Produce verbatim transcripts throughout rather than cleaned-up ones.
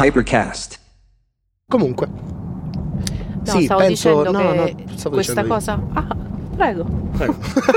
Hypercast. Comunque. No, sì, stavo penso dicendo no, che no, stavo questa dicendo cosa... Ah, prego. Prego.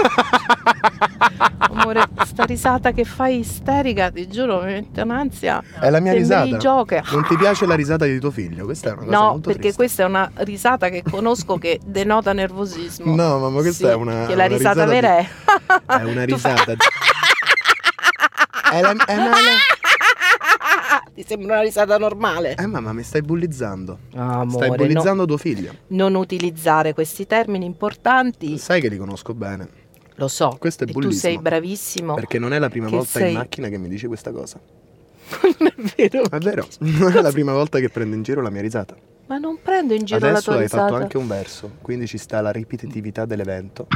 Amore, sta risata che fai isterica, ti giuro, mi mette un'ansia. È la mia Sembri risata. Joker. Non ti piace la risata di tuo figlio? Questa è una cosa No, molto perché triste. questa è una risata che conosco che denota nervosismo. No, mamma, questa Sì, è una che la una risata risata vera di- è... È una Tu fai- risata. È la... è una... Ti sembra una risata normale? Eh mamma, mi stai bullizzando. Amore, Stai bullizzando tuo figlio. no, non utilizzare questi termini importanti. Sai che li conosco bene. Lo so, Questo è e tu bullismo. sei bravissimo. Perché non è la prima Che volta sei- in macchina che mi dici questa cosa. Non è vero. È vero, non è la prima volta che prendo in giro la mia risata. Ma non prendo in giro Adesso la tua hai risata. fatto anche un verso, quindi ci sta la ripetitività dell'evento.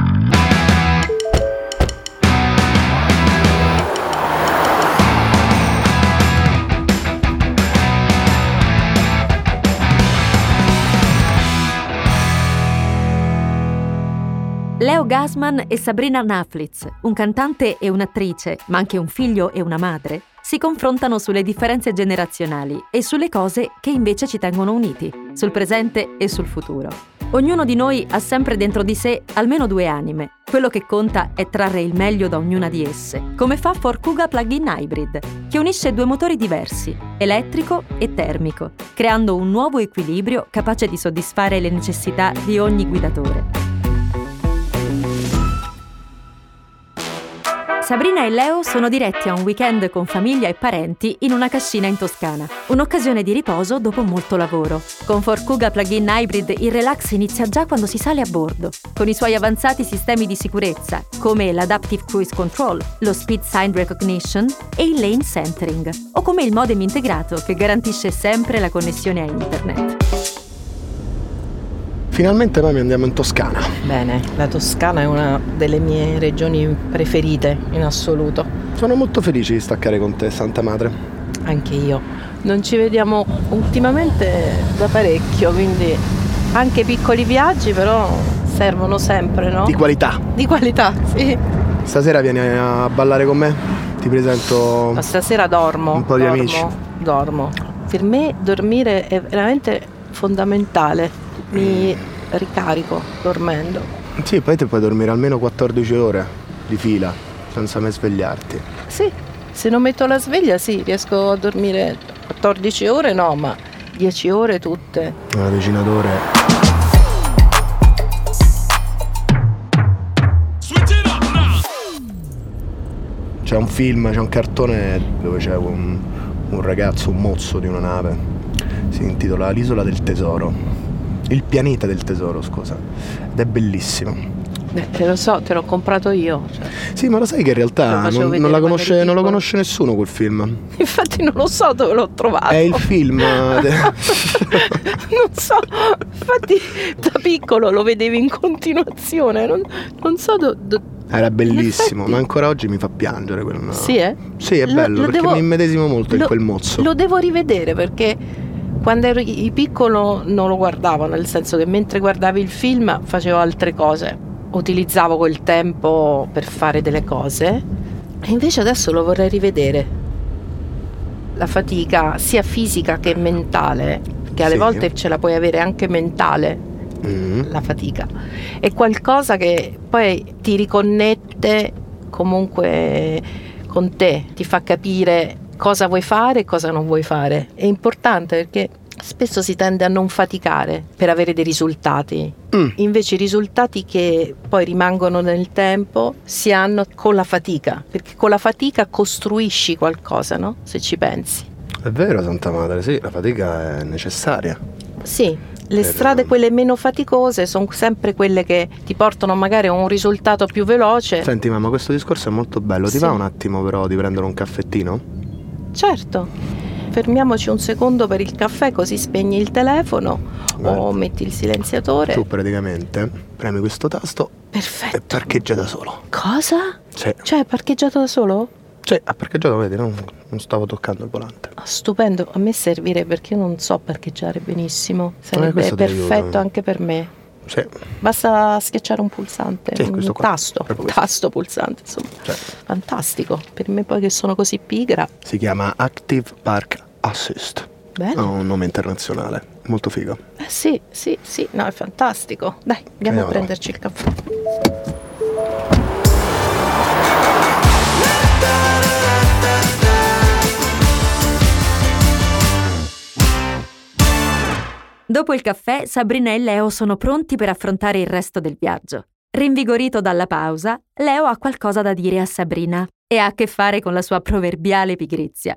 Leo Gassman e Sabrina Naflitz, un cantante e un'attrice, ma anche un figlio e una madre, si confrontano sulle differenze generazionali e sulle cose che invece ci tengono uniti, sul presente e sul futuro. Ognuno di noi ha sempre dentro di sé almeno due anime. Quello che conta è trarre il meglio da ognuna di esse, come fa Ford Kuga Plug-in Hybrid, che unisce due motori diversi, elettrico e termico, creando un nuovo equilibrio capace di soddisfare le necessità di ogni guidatore. Sabrina e Leo sono diretti a un weekend con famiglia e parenti in una cascina in Toscana. Un'occasione di riposo dopo molto lavoro. Con Ford Kuga Plug-in Hybrid il relax inizia già quando si sale a bordo, con i suoi avanzati sistemi di sicurezza, come l'Adaptive Cruise Control, lo Speed Sign Recognition e il Lane Centering, o come il modem integrato che garantisce sempre la connessione a internet. Finalmente noi andiamo in Toscana. Bene, la Toscana è una delle mie regioni preferite in assoluto. Sono molto felice di staccare con te, Santa Madre. Anche io. Non ci vediamo ultimamente da parecchio, quindi anche piccoli viaggi però servono sempre, no? Di qualità. Di qualità, sì. Stasera vieni a ballare con me? Ti presento Ma stasera dormo. un po' di dormo, amici. Dormo. Per me dormire è veramente fondamentale. Mi ricarico dormendo. Sì, poi ti puoi dormire almeno quattordici ore di fila, senza mai svegliarti. Sì, se non metto la sveglia sì, riesco a dormire quattordici ore, no, ma dieci ore tutte. Una decina d'ore. C'è un film, c'è un cartone dove c'è un, un ragazzo, un mozzo di una nave. Si intitola L'isola del tesoro. Il pianeta del tesoro, scusa. Ed è bellissimo. Beh, te lo so, te l'ho comprato io. Cioè. Sì, ma lo sai che in Te lo realtà facevo non, vedere non, la quando conosce, eri non lo piccolo. conosce nessuno quel film. Infatti non lo so dove l'ho trovato. È il film de- Non so, infatti da piccolo lo vedevi in continuazione. Non, non so do, do... Era bellissimo, effetti- ma ancora oggi mi fa piangere quel... Sì, eh? Sì, è Lo- bello, lo perché devo- mi immedesimo molto in lo- quel mozzo. Lo devo rivedere perché quando ero i- piccolo non lo guardavo, nel senso che mentre guardavi il film facevo altre cose. Utilizzavo quel tempo per fare delle cose e invece adesso lo vorrei rivedere. La fatica sia fisica che mentale, che alle Sì. volte ce la puoi avere anche mentale, Mm. la fatica, è qualcosa che poi ti riconnette comunque con te, ti fa capire cosa vuoi fare e cosa non vuoi fare. È importante perché spesso si tende a non faticare per avere dei risultati. Mm. Invece i risultati che poi rimangono nel tempo si hanno con la fatica, perché con la fatica costruisci qualcosa, no? Se ci pensi. È vero, Santa Madre, sì, la fatica è necessaria. Sì, le Per- strade quelle meno faticose sono sempre quelle che ti portano magari a un risultato più veloce. Senti mamma, questo discorso è molto bello. Ti Sì. va un attimo però di prendere un caffettino? Certo, fermiamoci un secondo per il caffè così spegni il telefono Guarda. o metti il silenziatore. Tu praticamente premi questo tasto e Perfetto. parcheggia da solo. Cosa? Sì, Cioè, è parcheggiato da solo? sì, ha parcheggiato, vedi, non, non stavo toccando il volante. Ah, stupendo, a me servirebbe perché io non so parcheggiare benissimo. Sarebbe questo ti perfetto aiuta. anche per me. Sì, Basta schiacciare un pulsante, Sì, un questo qua, tasto, proprio un questo. tasto pulsante, insomma. cioè, Fantastico, per me poi che sono così pigra. si chiama Active Park Assist. Bene. Ha un nome internazionale, molto figo. Eh sì, sì, sì, no, è fantastico. Dai, andiamo Eh, a no. prenderci il caffè. Dopo il caffè, Sabrina e Leo sono pronti per affrontare il resto del viaggio. Rinvigorito dalla pausa, Leo ha qualcosa da dire a Sabrina e ha a che fare con la sua proverbiale pigrizia.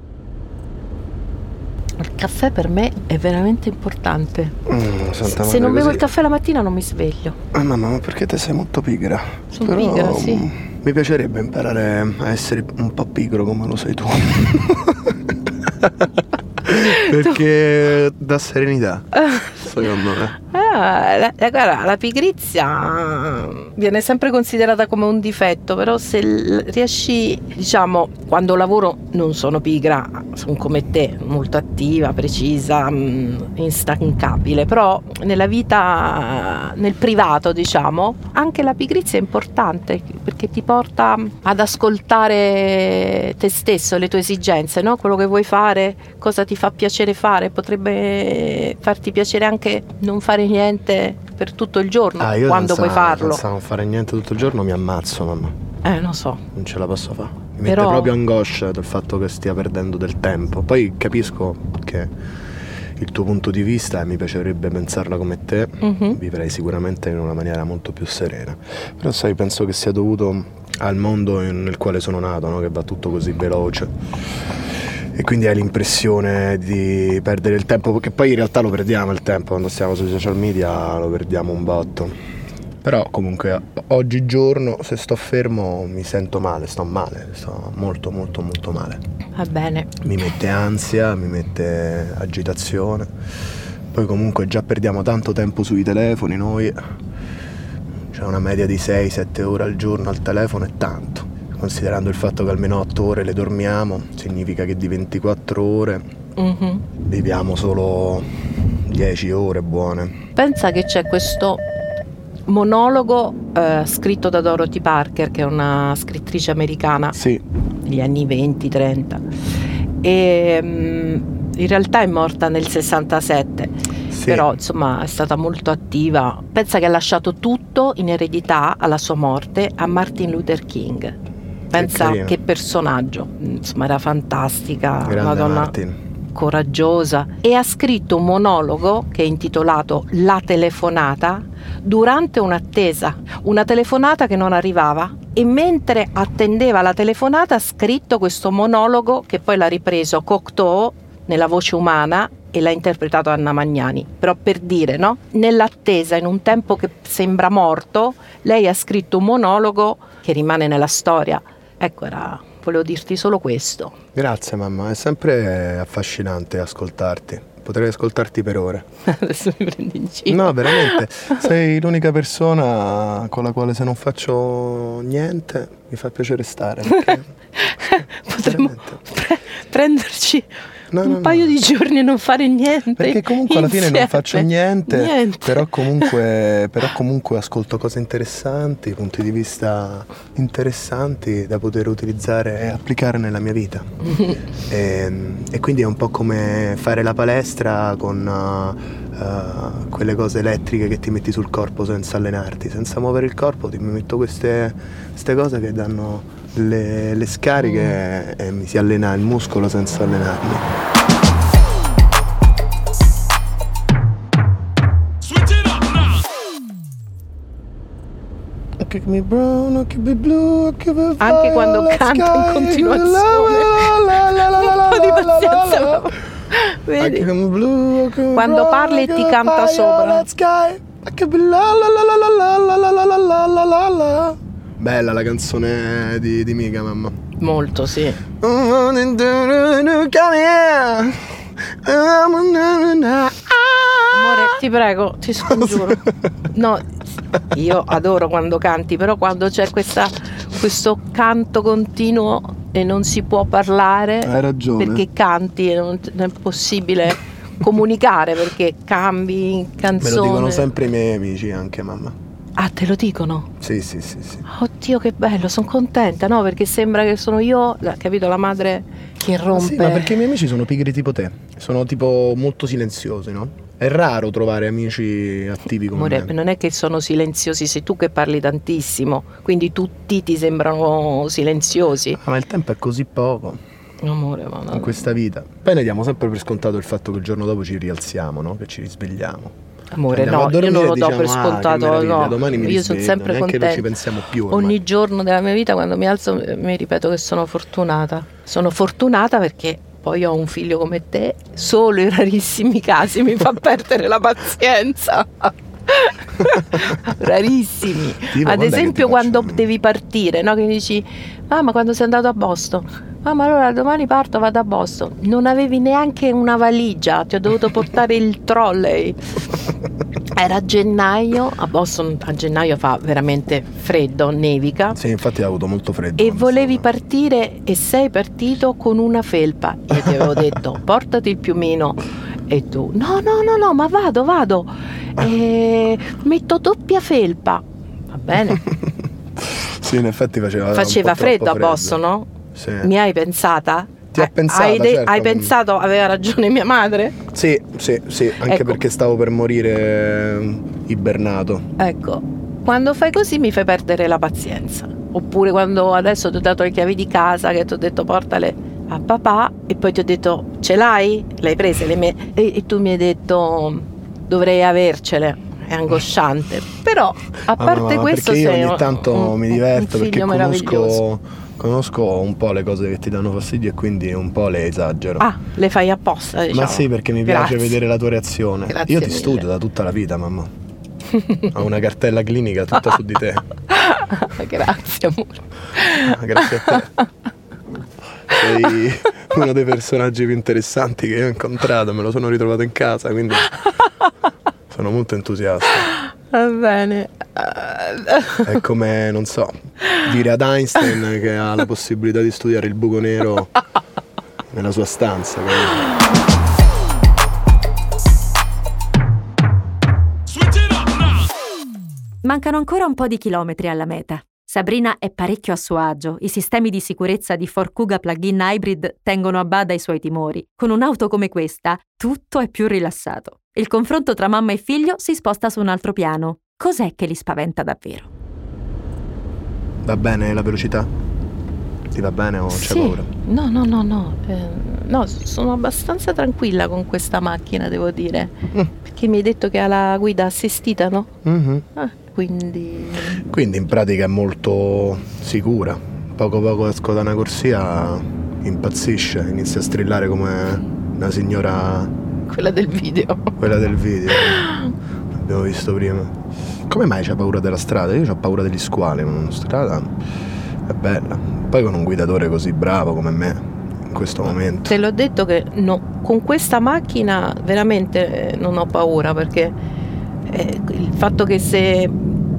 Il caffè per me è veramente importante. Mm, Se, se non bevo il caffè la mattina non mi sveglio. Ah, mamma, ma perché te sei molto pigra? Sono Però, pigra, sì. mm, mi piacerebbe imparare a essere un po' pigro come lo sei tu. Perché dà serenità, secondo me. Ah, la, la, guarda, la pigrizia viene sempre considerata come un difetto, però se l- riesci, diciamo, quando lavoro non sono pigra, sono come te, molto attiva, precisa, mh, instancabile, però nella vita, nel privato, diciamo, anche la pigrizia è importante perché ti porta ad ascoltare te stesso, le tue esigenze, no? Quello che vuoi fare, cosa ti fa piacere fare, potrebbe farti piacere anche non fare niente per tutto il giorno, Ah, io quando senza, puoi farlo. senza non fare niente tutto il giorno mi ammazzo, mamma. Eh, non so. Non ce la posso fare. Mi Però- mette proprio angoscia del fatto che stia perdendo del tempo. Poi capisco che il tuo punto di vista e mi piacerebbe pensarla come te, Mhm. vivrei sicuramente in una maniera molto più serena. Però sai, penso che sia dovuto al mondo nel quale sono nato, no? Che va tutto così veloce. E quindi hai l'impressione di perdere il tempo, perché poi in realtà lo perdiamo il tempo, quando stiamo sui social media lo perdiamo un botto. Però comunque oggigiorno se sto fermo mi sento male, sto male, sto molto molto molto male. Va bene. Mi mette ansia, mi mette agitazione. Poi comunque già perdiamo tanto tempo sui telefoni noi. C'è una media di sei sette ore al giorno al telefono, è tanto. Considerando il fatto che almeno otto ore le dormiamo, significa che di ventiquattro ore Mhm. viviamo solo dieci ore buone. Pensa che c'è questo monologo eh, scritto da Dorothy Parker, che è una scrittrice americana Sì, degli anni venti trenta, e mm, in realtà è morta nel sessantasette, sì. però insomma è stata molto attiva. Pensa che ha lasciato tutto in eredità alla sua morte a Martin Luther King. Pensa carino. che personaggio, insomma era fantastica, Grande una donna Martin. coraggiosa, e ha scritto un monologo che è intitolato La telefonata durante un'attesa, una telefonata che non arrivava, e mentre attendeva la telefonata ha scritto questo monologo che poi l'ha ripreso Cocteau nella voce umana e l'ha interpretato Anna Magnani. Però per dire, no? Nell'attesa, in un tempo che sembra morto, lei ha scritto un monologo che rimane nella storia. Ecco, era, volevo dirti solo questo. Grazie mamma, è sempre affascinante ascoltarti. Potrei ascoltarti per ore. Adesso mi prendi in giro. No, veramente, sei l'unica persona con la quale se non faccio niente mi fa piacere stare. Perché... Potremmo veramente. pre- prenderci No, un no, paio no. di giorni e non fare niente. Perché comunque alla fine non insieme. faccio niente, Niente. Però, comunque, però comunque ascolto cose interessanti, punti di vista interessanti da poter utilizzare e applicare nella mia vita. e, e quindi è un po' come fare la palestra con uh, uh, quelle cose elettriche che ti metti sul corpo senza allenarti, senza muovere il corpo ti metto queste, queste cose che danno le, le scariche mm. e mi si allena il muscolo senza allenarmi. Anche quando canta in continuazione. Un po' di pazienza. Vedi? Quando parli e ti canta sopra. Bella la canzone di, di Mica, mamma. Molto, sì. Amore, ti prego, ti scongiuro. No, io adoro quando canti, però quando c'è questa, questo canto continuo e non si può parlare, hai ragione, perché canti e non, non è possibile comunicare perché cambi me canzone. lo dicono sempre i miei amici anche, mamma. Ah, te lo dicono? Sì, sì, sì, sì. Oddio, che bello, sono contenta, no? Perché sembra che sono io, la- capito, la madre che rompe. Sì, ma perché i miei amici sono pigri tipo te. Sono tipo molto silenziosi, no? È raro trovare amici attivi come Amore, me. non è che sono silenziosi, sei tu che parli tantissimo, quindi tutti ti sembrano silenziosi. Ah, ma il tempo è così poco Amore, ma no. in questa vita. Poi noi diamo sempre per scontato il fatto che il giorno dopo ci rialziamo, no? Che ci risvegliamo. Amore, Andiamo no, a dormire io non e lo do diciamo, per "Ah, che scontato, meraviglia, no. domani mi Io sono risveglio", sempre neanche contenta. non ci pensiamo più ormai. Ogni giorno della mia vita, quando mi alzo, mi ripeto che sono fortunata. Sono fortunata perché poi ho un figlio come te, solo in rarissimi casi mi fa perdere la pazienza. Rarissimi. Tipo, Ad quando è che esempio ti quando faccio- devi partire, no? Che mi dici, mamma, quando sei andato a Boston, mamma, allora domani parto, vado a Boston. Non avevi neanche una valigia, ti ho dovuto portare il trolley. Era gennaio, a Boston a gennaio fa veramente freddo, nevica. Sì, infatti ha avuto molto freddo. E quando volevi stavo- partire e sei partito con una felpa. Io ti avevo detto, portati il piumino. E tu, no, no, no, no, ma vado, vado. E metto doppia felpa. Va bene. Sì, in effetti faceva Faceva un po' troppo freddo a Boston, no? Sì. Mi hai pensata? Ti ho Hai- pensata, Hai, de- certo, hai ma- pensato, aveva ragione mia madre? Sì, sì, sì, anche Ecco. perché stavo per morire eh, ibernato. Ecco, quando fai così mi fai perdere la pazienza. Oppure quando adesso ti ho dato le chiavi di casa, che ti ho detto portale a papà, e poi ti ho detto ce l'hai? Le hai prese le mie? E, e tu mi hai detto dovrei avercele. È angosciante. Però a Ma- parte ma questo perché io sei ogni un- tanto un- mi un diverto perché figlio meraviglioso. conosco, conosco un po' le cose che ti danno fastidio e quindi un po' le esagero. Ah, le fai apposta, diciamo. Ma sì, perché mi piace Grazie. vedere la tua reazione. Grazie Io ti mille. studio da tutta la vita, mamma. Ho una cartella clinica tutta su di te. Grazie, amore. Grazie a te. Sei uno dei personaggi più interessanti che io ho incontrato, me lo sono ritrovato in casa, quindi sono molto entusiasta. Va bene. È come, non so, dire ad Einstein che ha la possibilità di studiare il buco nero nella sua stanza. capito? Mancano ancora un po' di chilometri alla meta. Sabrina è parecchio a suo agio. I sistemi di sicurezza di Ford Kuga plug-in hybrid tengono a bada i suoi timori. Con un'auto come questa, tutto è più rilassato. Il confronto tra mamma e figlio si sposta su un altro piano. Cos'è che li spaventa davvero? Va bene la velocità? Ti va bene o c'è Sì. paura? No, no, no, no. Eh, no, sono abbastanza tranquilla con questa macchina, devo dire. Mm. Perché mi hai detto che ha la guida assistita, no? Mhm. Ah, quindi... Quindi in pratica è molto sicura. Poco poco esco da una corsia, impazzisce, inizia a strillare come una signora, Quella del video. quella del video. Abbiamo visto prima. Come mai c'ha paura della strada? Io ho paura degli squali, ma una strada è bella. Poi con un guidatore così bravo come me, in questo momento. Te l'ho detto che no, con questa macchina veramente eh, non ho paura, perché eh, il fatto che se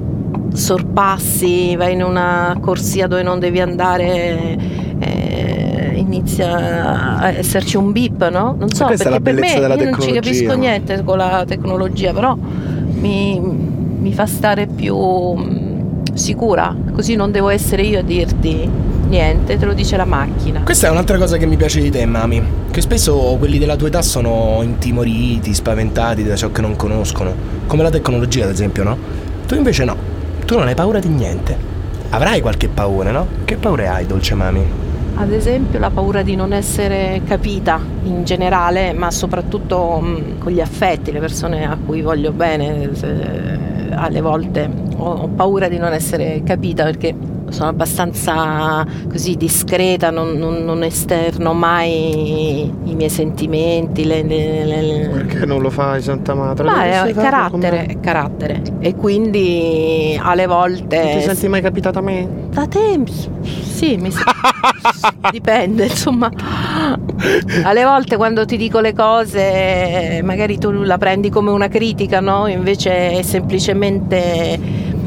sorpassi, vai in una corsia dove non devi andare, eh, inizia a esserci un beep, no? Non so, questa è perché la per me bellezza della io non ci tecnologia, capisco ma- niente con la tecnologia, però mi, mi fa stare più mh, sicura, così non devo essere io a dirti niente, te lo dice la macchina. Questa è un'altra cosa che mi piace di te, Mami. Che spesso quelli della tua età sono intimoriti, spaventati da ciò che non conoscono. Come la tecnologia, ad esempio, no? Tu invece no. Tu non hai paura di niente. Avrai qualche paura, no? Che paure hai, dolce Mami? Ad esempio la paura di non essere capita in generale, ma soprattutto mh, con gli affetti, le persone a cui voglio bene, se- alle volte ho, ho paura di non essere capita perché sono abbastanza così discreta, non, non- non esterno mai i miei sentimenti, le, le- le- le- Perché non lo fai, Santa Madre? ma è, Dovresti è farlo carattere, con me. è carattere. E quindi alle volte... Non ti senti mai capitata a me? Da te sì, mi sa- dipende, insomma. Alle volte quando ti dico le cose magari tu la prendi come una critica, no? Invece è semplicemente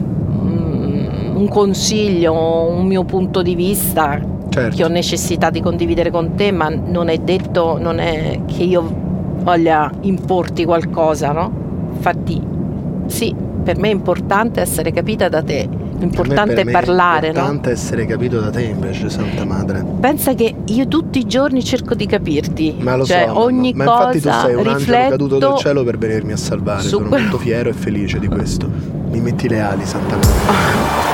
mm, un consiglio, un mio punto di vista Certo. che ho necessità di condividere con te, ma non è detto, non è che io voglia importi qualcosa, no? Infatti sì, per me è importante essere capita da te, l'importante per è me parlare, è importante no? essere capito da te invece, Santa Madre. Pensa che io tutti i giorni cerco di capirti, Ma lo cioè so, ogni ma, ma cosa infatti tu sei un rifletto angelo caduto dal cielo per venirmi a salvare. Sono quello... molto fiero e felice di questo. Mi metti le ali, Santa Madre.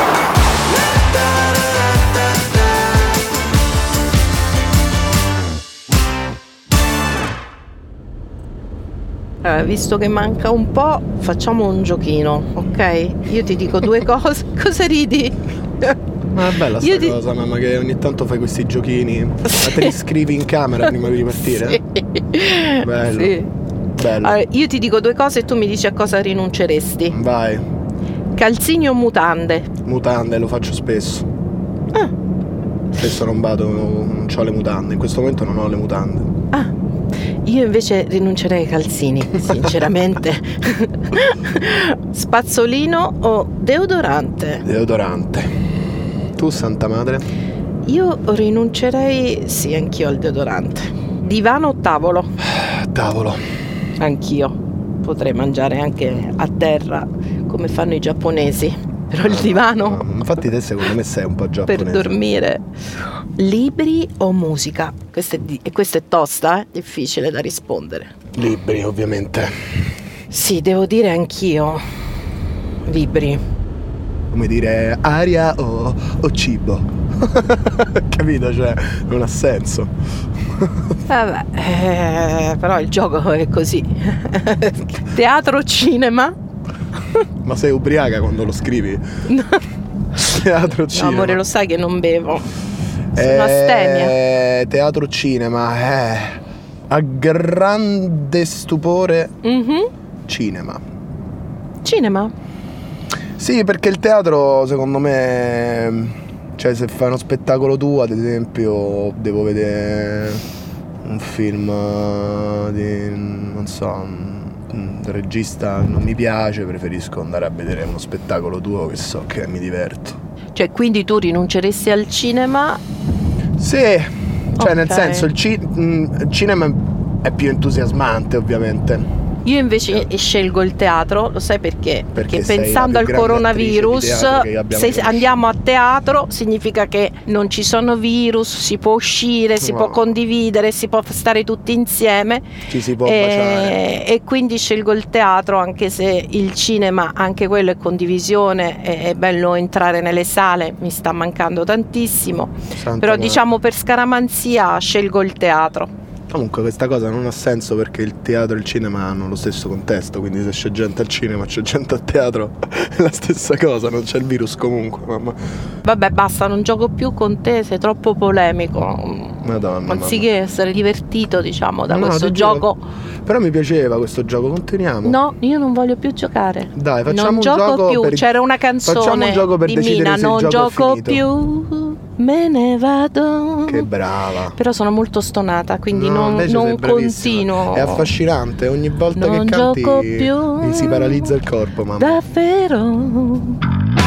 Eh, visto che manca un po', facciamo un giochino, ok? Io ti dico due cose. Cosa ridi? Ma è bella sta Io ti... cosa, mamma, che ogni tanto fai questi giochini. Ma te li scrivi in camera prima di partire? Sì. Bello. Sì. Bello. Allora, io ti dico due cose e tu mi dici a cosa rinunceresti. Vai. Calzini o mutande? Mutande, lo faccio spesso. Ah. Spesso non vado, non ho le mutande. In questo momento non ho le mutande. Ah. Io invece rinuncerei ai calzini, sinceramente. Spazzolino o deodorante? Deodorante. Tu, Santa Madre? Io rinuncerei, sì, anch'io al deodorante. Divano o tavolo? Tavolo. Anch'io. Potrei mangiare anche a terra, come fanno i giapponesi. Però il divano... No, infatti te secondo me sei un po' giapponese. Per dormire. Libri o musica? Questa è, di- questa è tosta, eh? Difficile da rispondere. Libri, ovviamente. Sì, devo dire anch'io. Libri. Come dire aria o, o cibo. Capito? Cioè, non ha senso. Vabbè, eh, però il gioco è così. Teatro o cinema? Ma sei ubriaca quando lo scrivi? No. Teatro cinema. No, amore, lo sai che non bevo. Sono eh, astemia. Teatro cinema, eh. A grande stupore, Mm-hmm. cinema. Cinema? Sì, perché il teatro, secondo me, cioè se fai uno spettacolo tu, ad esempio, devo vedere un film di, non so, un regista non mi piace, preferisco andare a vedere uno spettacolo tuo che so che mi diverto. Cioè, quindi tu rinunceresti al cinema? Sì, cioè Ok. nel senso il, ci- il cinema è più entusiasmante, ovviamente. Io invece scelgo il teatro, lo sai perché? Perché Perché sei pensando la al più grande coronavirus, attrice di teatro che abbiamo se conosciuto. andiamo a teatro significa che non ci sono virus, si può uscire, si No. può condividere, si può stare tutti insieme. Ci si può baciare. E, e quindi scelgo il teatro, anche se il cinema, anche quello è condivisione, è, è bello entrare nelle sale, mi sta mancando tantissimo. Santa Però madre. diciamo per scaramanzia scelgo il teatro. Comunque questa cosa non ha senso perché il teatro e il cinema hanno lo stesso contesto, quindi se c'è gente al cinema, c'è gente al teatro, è la stessa cosa, non c'è il virus comunque, mamma. Vabbè, basta, non gioco più con te, sei troppo polemico. Madonna. Anziché essere divertito, diciamo, da No, questo ti gioco. giuro. Però mi piaceva questo gioco, continuiamo. No, io non voglio più giocare. Dai, facciamo non un gioco gioco più. per- C'era una facciamo canzone un gioco per di decidere Mina, se il non gioco è gioco finito. più, me ne vado. Che brava. Però sono molto stonata, quindi No, non, invece non sei bravissima. continuo. È affascinante, ogni volta Non che canti gioco più. mi si paralizza il corpo, mamma. Davvero.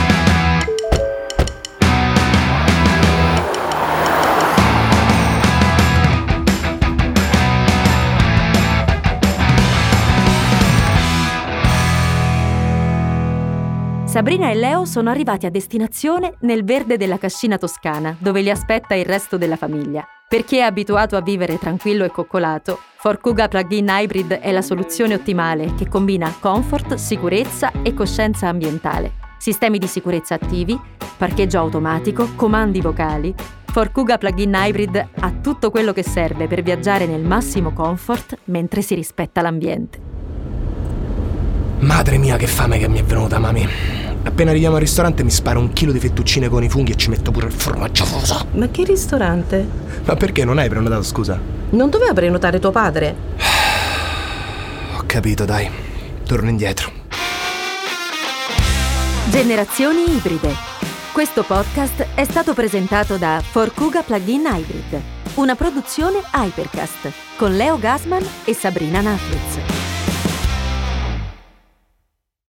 Sabrina e Leo sono arrivati a destinazione nel verde della cascina toscana, dove li aspetta il resto della famiglia. Per chi è abituato a vivere tranquillo e coccolato, Ford Kuga Plug-in Hybrid è la soluzione ottimale che combina comfort, sicurezza e coscienza ambientale. Sistemi di sicurezza attivi, parcheggio automatico, comandi vocali. Ford Kuga Plug-in Hybrid ha tutto quello che serve per viaggiare nel massimo comfort mentre si rispetta l'ambiente. Madre mia, che fame che mi è venuta, mami. Appena arriviamo al ristorante mi sparo un chilo di fettuccine con i funghi e ci metto pure il formaggio rosa. Ma che ristorante? Ma perché non hai prenotato, scusa? Non doveva prenotare tuo padre? Ho capito, dai. Torno indietro. Generazioni ibride. Questo podcast è stato presentato da Ford Kuga Plug-in Hybrid, una produzione Hypercast con Leo Gassman e Sabrina Naflitz.